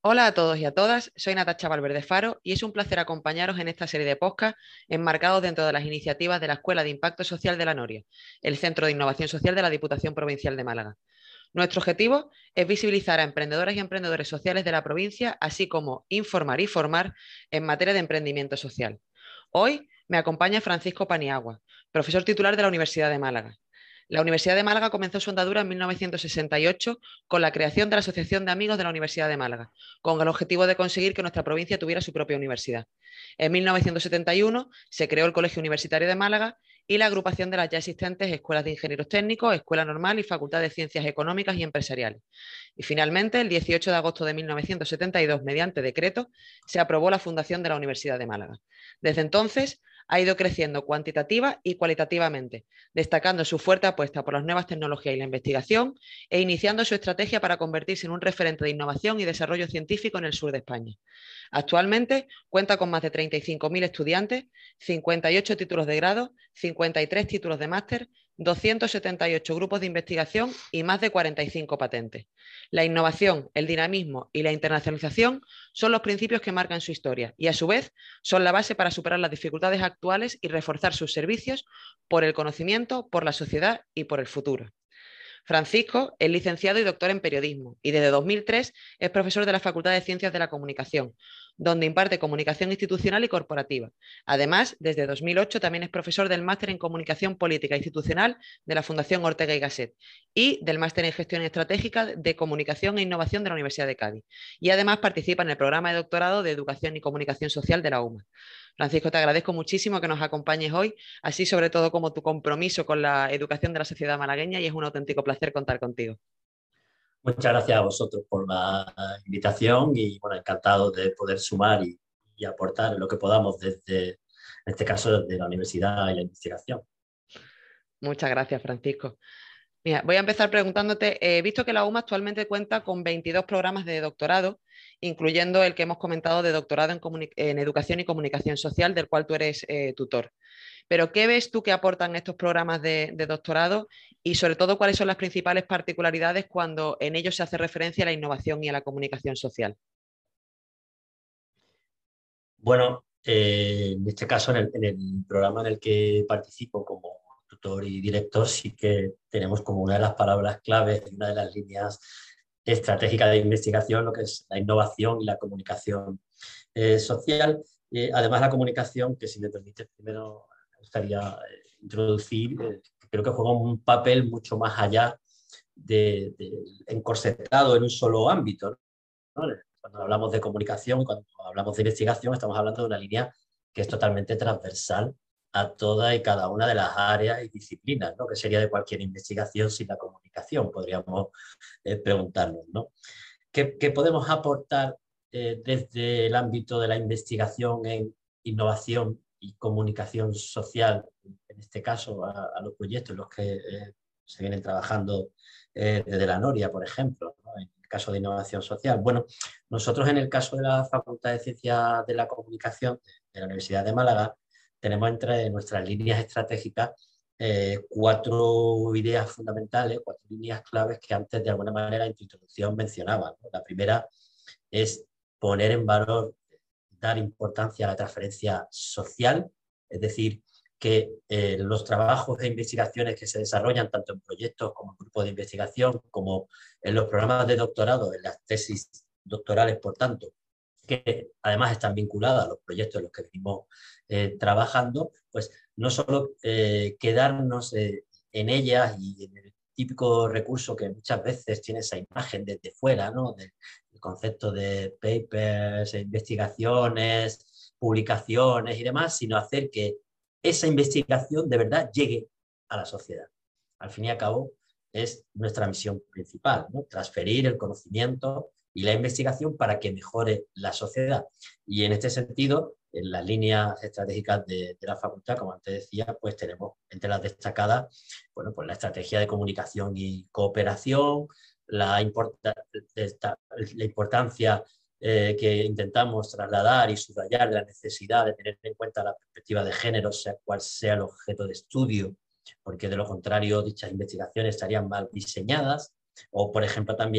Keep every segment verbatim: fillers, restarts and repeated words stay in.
Hola a todos y a todas, soy Natacha Valverde Faro y es un placer acompañaros en esta serie de podcast enmarcados dentro de las iniciativas de la Escuela de Impacto Social de la Noria, el Centro de Innovación Social de la Diputación Provincial de Málaga. Nuestro objetivo es visibilizar a emprendedoras y emprendedores sociales de la provincia, así como informar y formar en materia de emprendimiento social. Hoy me acompaña Francisco Paniagua, profesor titular de la Universidad de Málaga. La Universidad de Málaga comenzó su andadura en mil novecientos sesenta y ocho con la creación de la Asociación de Amigos de la Universidad de Málaga, con el objetivo de conseguir que nuestra provincia tuviera su propia universidad. En mil novecientos setenta y uno se creó el Colegio Universitario de Málaga y la agrupación de las ya existentes escuelas de ingenieros técnicos, Escuela Normal y Facultad de Ciencias Económicas y Empresariales. Y finalmente, el dieciocho de agosto de mil novecientos setenta y dos, mediante decreto, se aprobó la fundación de la Universidad de Málaga. Desde entonces, ha ido creciendo cuantitativa y cualitativamente, destacando su fuerte apuesta por las nuevas tecnologías y la investigación e iniciando su estrategia para convertirse en un referente de innovación y desarrollo científico en el sur de España. Actualmente cuenta con más de treinta y cinco mil estudiantes, cincuenta y ocho títulos de grado, cincuenta y tres títulos de máster, doscientos setenta y ocho grupos de investigación y más de cuarenta y cinco patentes. La innovación, el dinamismo y la internacionalización son los principios que marcan su historia y, a su vez, son la base para superar las dificultades actuales y reforzar sus servicios por el conocimiento, por la sociedad y por el futuro. Francisco es licenciado y doctor en periodismo y desde dos mil tres es profesor de la Facultad de Ciencias de la Comunicación, donde imparte comunicación institucional y corporativa. Además, desde dos mil ocho también es profesor del máster en comunicación política institucional de la Fundación Ortega y Gasset y del máster en gestión estratégica de comunicación e innovación de la Universidad de Cádiz. Y además participa en el programa de doctorado de educación y comunicación social de la U M A. Francisco, te agradezco muchísimo que nos acompañes hoy, así sobre todo como tu compromiso con la educación de la sociedad malagueña, y es un auténtico placer contar contigo. Muchas gracias a vosotros por la invitación y bueno, encantado de poder sumar y, y aportar lo que podamos desde, en este caso, desde la universidad y la investigación. Muchas gracias, Francisco. Mira, voy a empezar preguntándote, eh, he visto que la U M A actualmente cuenta con veintidós programas de doctorado, incluyendo el que hemos comentado de doctorado en, en educación y comunicación social, del cual tú eres eh, tutor. Pero, ¿qué ves tú que aportan estos programas de, de doctorado y, sobre todo, cuáles son las principales particularidades cuando en ellos se hace referencia a la innovación y a la comunicación social? Bueno, eh, en este caso, en el, en el programa en el que participo como tutor y director, sí que tenemos como una de las palabras claves y una de las líneas estratégicas de investigación lo que es la innovación y la comunicación eh, social. Eh, además, la comunicación, que si me permite primero me gustaría eh, introducir, eh, creo que juega un papel mucho más allá de, de encorsetado en un solo ámbito, ¿no? Cuando hablamos de comunicación, cuando hablamos de investigación, estamos hablando de una línea que es totalmente transversal a toda y cada una de las áreas y disciplinas, ¿no? Que sería de cualquier investigación sin la comunicación, podríamos eh, preguntarnos, ¿no? ¿Qué, qué podemos aportar eh, desde el ámbito de la investigación en innovación y comunicación social, en este caso, a, a los proyectos en los que eh, se vienen trabajando eh, desde la Noria, por ejemplo, ¿no? En el caso de innovación social? Bueno, nosotros en el caso de la Facultad de Ciencias de la Comunicación de la Universidad de Málaga, tenemos entre nuestras líneas estratégicas eh, cuatro ideas fundamentales, cuatro líneas claves que antes de alguna manera en tu introducción mencionaba, ¿no? La primera es poner en valor, dar importancia a la transferencia social, es decir, que eh, los trabajos e investigaciones que se desarrollan tanto en proyectos como en grupos de investigación, como en los programas de doctorado, en las tesis doctorales, por tanto, que además están vinculadas a los proyectos en los que venimos eh, trabajando, pues no solo eh, quedarnos eh, en ellas y en el típico recurso que muchas veces tiene esa imagen desde fuera, ¿no? Del concepto de papers, investigaciones, publicaciones y demás, sino hacer que esa investigación de verdad llegue a la sociedad. Al fin y al cabo, es nuestra misión principal, ¿no? Transferir el conocimiento y la investigación para que mejore la sociedad. Y en este sentido, en las líneas estratégicas de, de la facultad, como antes decía, pues tenemos entre las destacadas, bueno, pues la estrategia de comunicación y cooperación, la, importa, esta, la importancia eh, que intentamos trasladar y subrayar de la necesidad de tener en cuenta la perspectiva de género, sea cual sea el objeto de estudio, porque de lo contrario dichas investigaciones estarían mal diseñadas, o por ejemplo también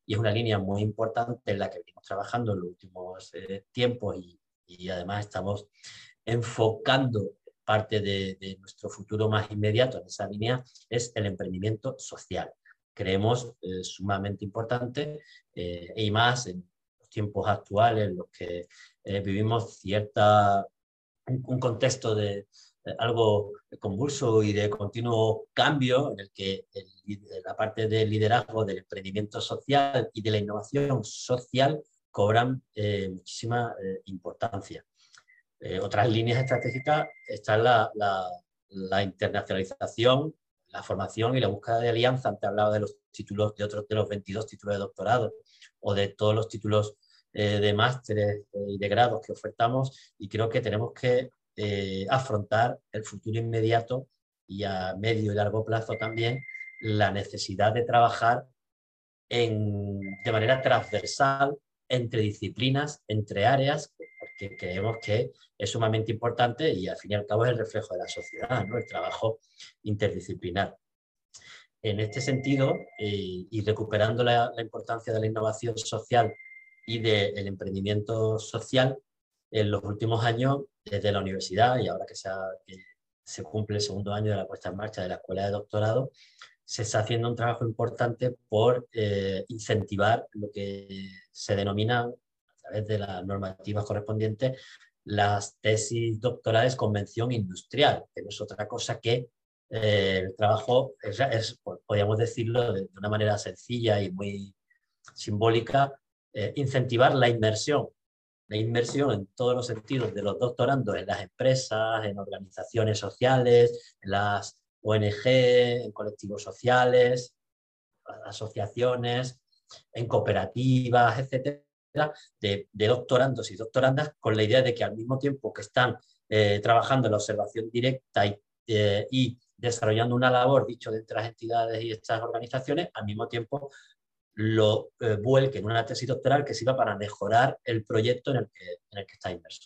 y es una línea muy importante en la que venimos trabajando en los últimos eh, tiempos y, y además estamos enfocando parte de, de nuestro futuro más inmediato en esa línea, es el emprendimiento social. Creemos eh, sumamente importante eh, y más en los tiempos actuales en los que eh, vivimos cierta, un, un contexto de eh, algo convulso y de continuo cambio en el que el, la parte del liderazgo, del emprendimiento social y de la innovación social cobran eh, muchísima eh, importancia. Eh, otras líneas estratégicas están la, la, la internacionalización, la formación y la búsqueda de alianza. Antes hablaba de los títulos, de otros de los veintidós títulos de doctorado o de todos los títulos eh, de másteres eh, y de grados que ofertamos, y creo que tenemos que eh, afrontar el futuro inmediato y a medio y largo plazo también la necesidad de trabajar en, de manera transversal entre disciplinas, entre áreas, porque creemos que es sumamente importante y al fin y al cabo es el reflejo de la sociedad, ¿no? El trabajo interdisciplinar. En este sentido, eh, y recuperando la, la importancia de la innovación social y del emprendimiento social, en los últimos años, desde la universidad y ahora que se, ha, que se cumple el segundo año de la puesta en marcha de la escuela de doctorado, se está haciendo un trabajo importante por eh, incentivar lo que se denomina, a través de las normativas correspondientes, las tesis doctorales con mención industrial, que no es otra cosa que eh, el trabajo, es, es, podríamos decirlo de, de una manera sencilla y muy simbólica, eh, incentivar la inmersión, la inmersión en todos los sentidos de los doctorandos en las empresas, en organizaciones sociales, en las O N G, en colectivos sociales, asociaciones, en cooperativas, etcétera, de, de doctorandos y doctorandas, con la idea de que al mismo tiempo que están eh, trabajando en la observación directa y, eh, y desarrollando una labor, dicho, de estas entidades y estas organizaciones, al mismo tiempo lo eh, vuelque en una tesis doctoral que sirva para mejorar el proyecto en el que, en el que está inmerso.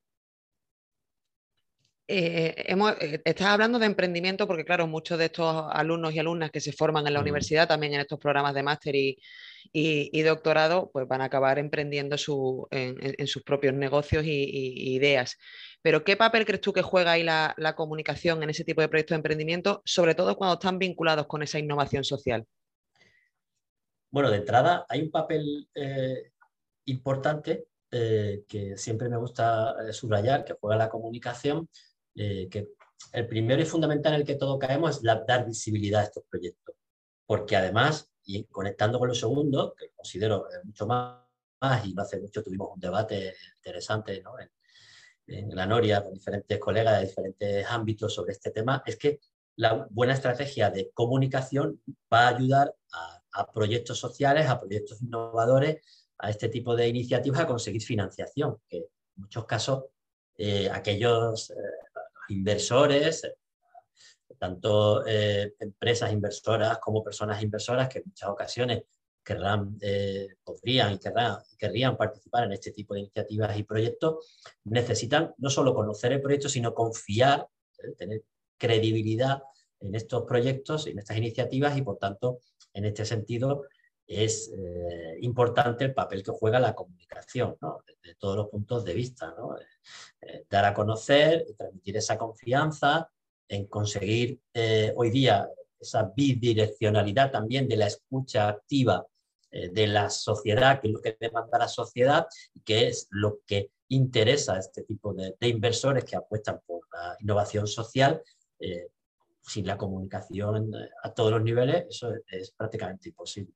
Eh, hemos, eh, estás hablando de emprendimiento porque, claro, muchos de estos alumnos y alumnas que se forman en la mm. universidad, también en estos programas de máster y, y, y doctorado, pues van a acabar emprendiendo su, en, en, sus propios negocios y, y, ideas. Pero, ¿qué papel crees tú que juega ahí la, la comunicación en ese tipo de proyectos de emprendimiento, sobre todo cuando están vinculados con esa innovación social? Bueno, de entrada hay un papel eh, importante eh, que siempre me gusta eh, subrayar, que juega la comunicación, eh, que el primero y fundamental en el que todos caemos es la, dar visibilidad a estos proyectos, porque además, y conectando con lo segundo, que considero eh, mucho más, más, y no hace mucho tuvimos un debate interesante, ¿no?, en, en la Noria con diferentes colegas de diferentes ámbitos sobre este tema, es que la buena estrategia de comunicación va a ayudar a, a proyectos sociales, a proyectos innovadores, a este tipo de iniciativas a conseguir financiación, que en muchos casos eh, aquellos eh, inversores, eh, tanto eh, empresas inversoras como personas inversoras, que en muchas ocasiones querrán, eh, podrían y querrán, querrían participar en este tipo de iniciativas y proyectos, necesitan no solo conocer el proyecto, sino confiar, eh, tener credibilidad en estos proyectos, en estas iniciativas, y por tanto, en este sentido, es eh, importante el papel que juega la comunicación, ¿no?, desde todos los puntos de vista, ¿no? Eh, dar a conocer, transmitir esa confianza, en conseguir eh, hoy día esa bidireccionalidad también de la escucha activa eh, de la sociedad, que es lo que demanda la sociedad, y que es lo que interesa a este tipo de, de inversores que apuestan por la innovación social. Eh, sin la comunicación a todos los niveles, eso es, es prácticamente imposible.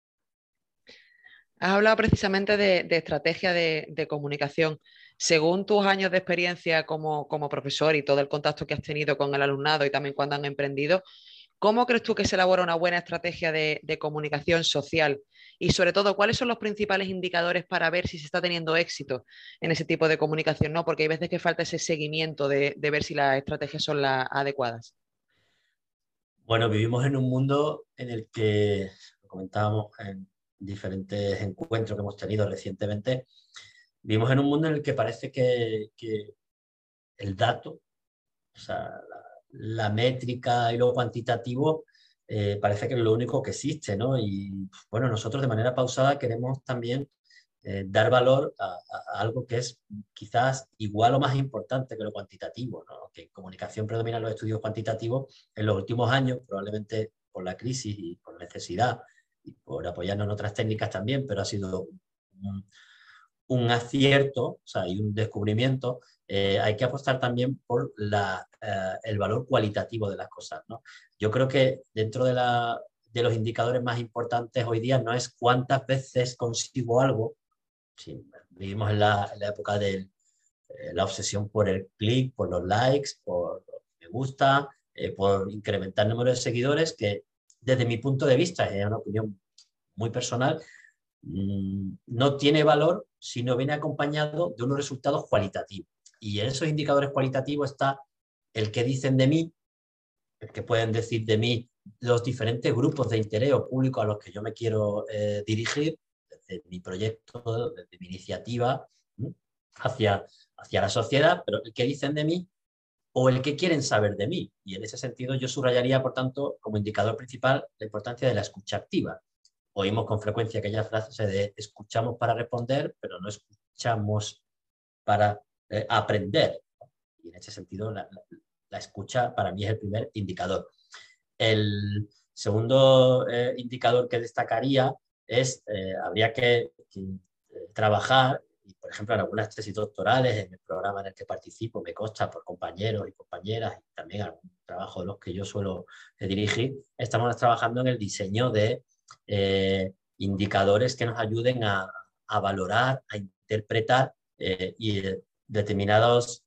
Has hablado precisamente de, de estrategia de, de comunicación. Según tus años de experiencia como, como profesor y todo el contacto que has tenido con el alumnado y también cuando han emprendido, ¿cómo crees tú que se elabora una buena estrategia de, de comunicación social? Y sobre todo, ¿cuáles son los principales indicadores para ver si se está teniendo éxito en ese tipo de comunicación, ¿no? Porque hay veces que falta ese seguimiento de, de ver si las estrategias son las adecuadas. Bueno, vivimos en un mundo en el que, lo comentábamos en diferentes encuentros que hemos tenido recientemente, vivimos en un mundo en el que parece que, que el dato, o sea, la, la métrica y lo cuantitativo eh, parece que es lo único que existe, ¿no? Y bueno, nosotros de manera pausada queremos también eh, dar valor a, a, algo que es quizás igual o más importante que lo cuantitativo, ¿no? Que en comunicación predominan los estudios cuantitativos en los últimos años, probablemente por la crisis y por necesidad y por apoyarnos en otras técnicas también, pero ha sido un, un acierto, o sea, y un descubrimiento. Eh, hay que apostar también por la, eh, el valor cualitativo de las cosas, ¿no? Yo creo que dentro de, la, de los indicadores más importantes hoy día no es cuántas veces consigo algo. Sí, vivimos en la, en la época de eh, la obsesión por el clic, por los likes, por los me gusta, eh, por incrementar el número de seguidores, que desde mi punto de vista, es una opinión muy personal, mmm, no tiene valor si no viene acompañado de unos resultados cualitativos. Y en esos indicadores cualitativos está el que dicen de mí, el que pueden decir de mí los diferentes grupos de interés o público a los que yo me quiero eh, dirigir, desde mi proyecto, desde mi iniciativa, ¿no? hacia, hacia la sociedad, pero el que dicen de mí o el que quieren saber de mí. Y en ese sentido yo subrayaría, por tanto, como indicador principal, la importancia de la escucha activa. Oímos con frecuencia aquella frase de escuchamos para responder, pero no escuchamos para eh, aprender. Y en ese sentido, la, la, la escucha para mí es el primer indicador. El segundo eh, indicador que destacaría es, eh, habría que, que eh, trabajar, y por ejemplo en algunas tesis doctorales, en el programa en el que participo, me consta por compañeros y compañeras, y también algún trabajo de los que yo suelo eh, dirigir, estamos trabajando en el diseño de eh, indicadores que nos ayuden a, a valorar, a interpretar eh, y eh, determinados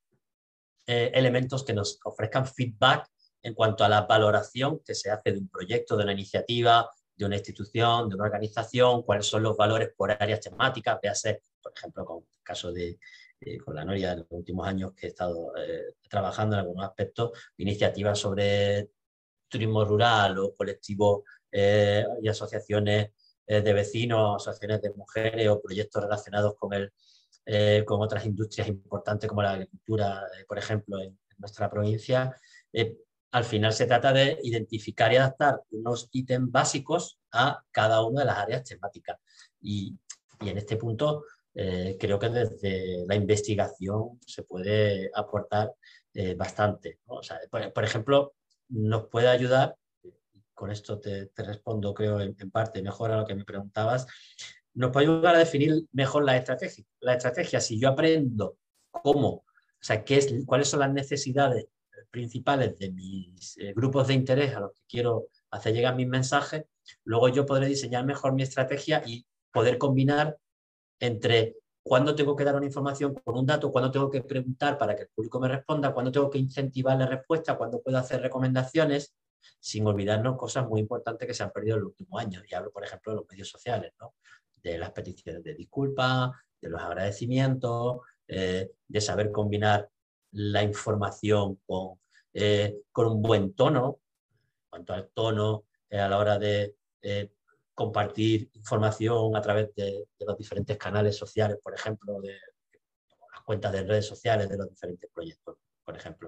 eh, elementos que nos ofrezcan feedback en cuanto a la valoración que se hace de un proyecto, de una iniciativa, de una institución, de una organización, cuáles son los valores por áreas temáticas, véase, por ejemplo, con el caso de eh, con la Noria en los últimos años que he estado eh, trabajando en algunos aspectos, iniciativas sobre turismo rural o colectivos eh, y asociaciones eh, de vecinos, asociaciones de mujeres o proyectos relacionados con, el, eh, con otras industrias importantes como la agricultura, eh, por ejemplo, en, en nuestra provincia. Eh, al final se trata de identificar y adaptar unos ítems básicos a cada una de las áreas temáticas. Y, y en este punto eh, creo que desde la investigación se puede aportar eh, bastante, ¿no? O sea, por, por ejemplo, nos puede ayudar, con esto te, te respondo creo en, en parte mejor a lo que me preguntabas, nos puede ayudar a definir mejor la estrategia. La estrategia, si yo aprendo cómo, o sea, qué es, cuáles son las necesidades principales de mis eh, grupos de interés a los que quiero hacer llegar mis mensajes, luego yo podré diseñar mejor mi estrategia y poder combinar entre cuándo tengo que dar una información con un dato, cuándo tengo que preguntar para que el público me responda, cuándo tengo que incentivar la respuesta, cuándo puedo hacer recomendaciones, sin olvidarnos cosas muy importantes que se han perdido en los últimos años. Y hablo, por ejemplo, de los medios sociales, ¿no? De las peticiones de disculpas, de los agradecimientos, eh, de saber combinar la información con, eh, con un buen tono, en cuanto al tono eh, a la hora de eh, compartir información a través de, de los diferentes canales sociales, por ejemplo, de, de las cuentas de redes sociales de los diferentes proyectos, por ejemplo.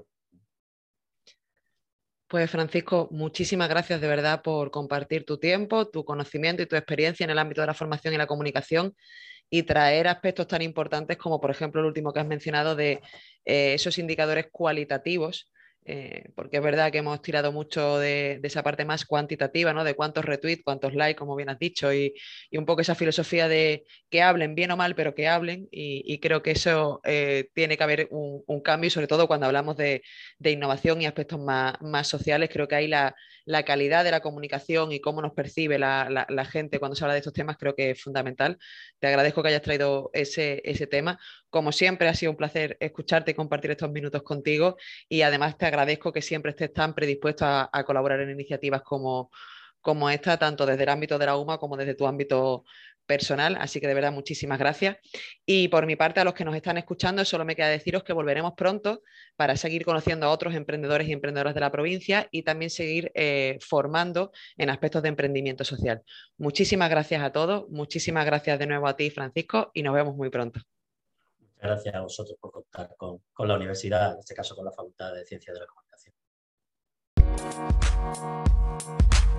Pues Francisco, muchísimas gracias de verdad por compartir tu tiempo, tu conocimiento y tu experiencia en el ámbito de la formación y la comunicación y traer aspectos tan importantes como, por ejemplo, el último que has mencionado de eh, esos indicadores cualitativos, eh, porque es verdad que hemos tirado mucho de, de esa parte más cuantitativa, ¿no? De cuántos retweets, cuántos likes, como bien has dicho, y, y un poco esa filosofía de que hablen bien o mal, pero que hablen, y, y creo que eso eh, tiene que haber un, un, cambio, y sobre todo cuando hablamos de, de innovación y aspectos más, más sociales, creo que ahí la, la calidad de la comunicación y cómo nos percibe la, la, la gente cuando se habla de estos temas creo que es fundamental. Te agradezco que hayas traído ese, ese tema. Como siempre, ha sido un placer escucharte y compartir estos minutos contigo y además te agradezco que siempre estés tan predispuesto a, a colaborar en iniciativas como, como esta, tanto desde el ámbito de la U M A como desde tu ámbito personal, así que de verdad muchísimas gracias. Y por mi parte, a los que nos están escuchando, solo me queda deciros que volveremos pronto para seguir conociendo a otros emprendedores y emprendedoras de la provincia y también seguir eh, formando en aspectos de emprendimiento social. Muchísimas gracias a todos, muchísimas gracias de nuevo a ti, Francisco, y nos vemos muy pronto. Muchas gracias a vosotros por contar con, con la universidad, en este caso con la Facultad de Ciencias de la Comunicación.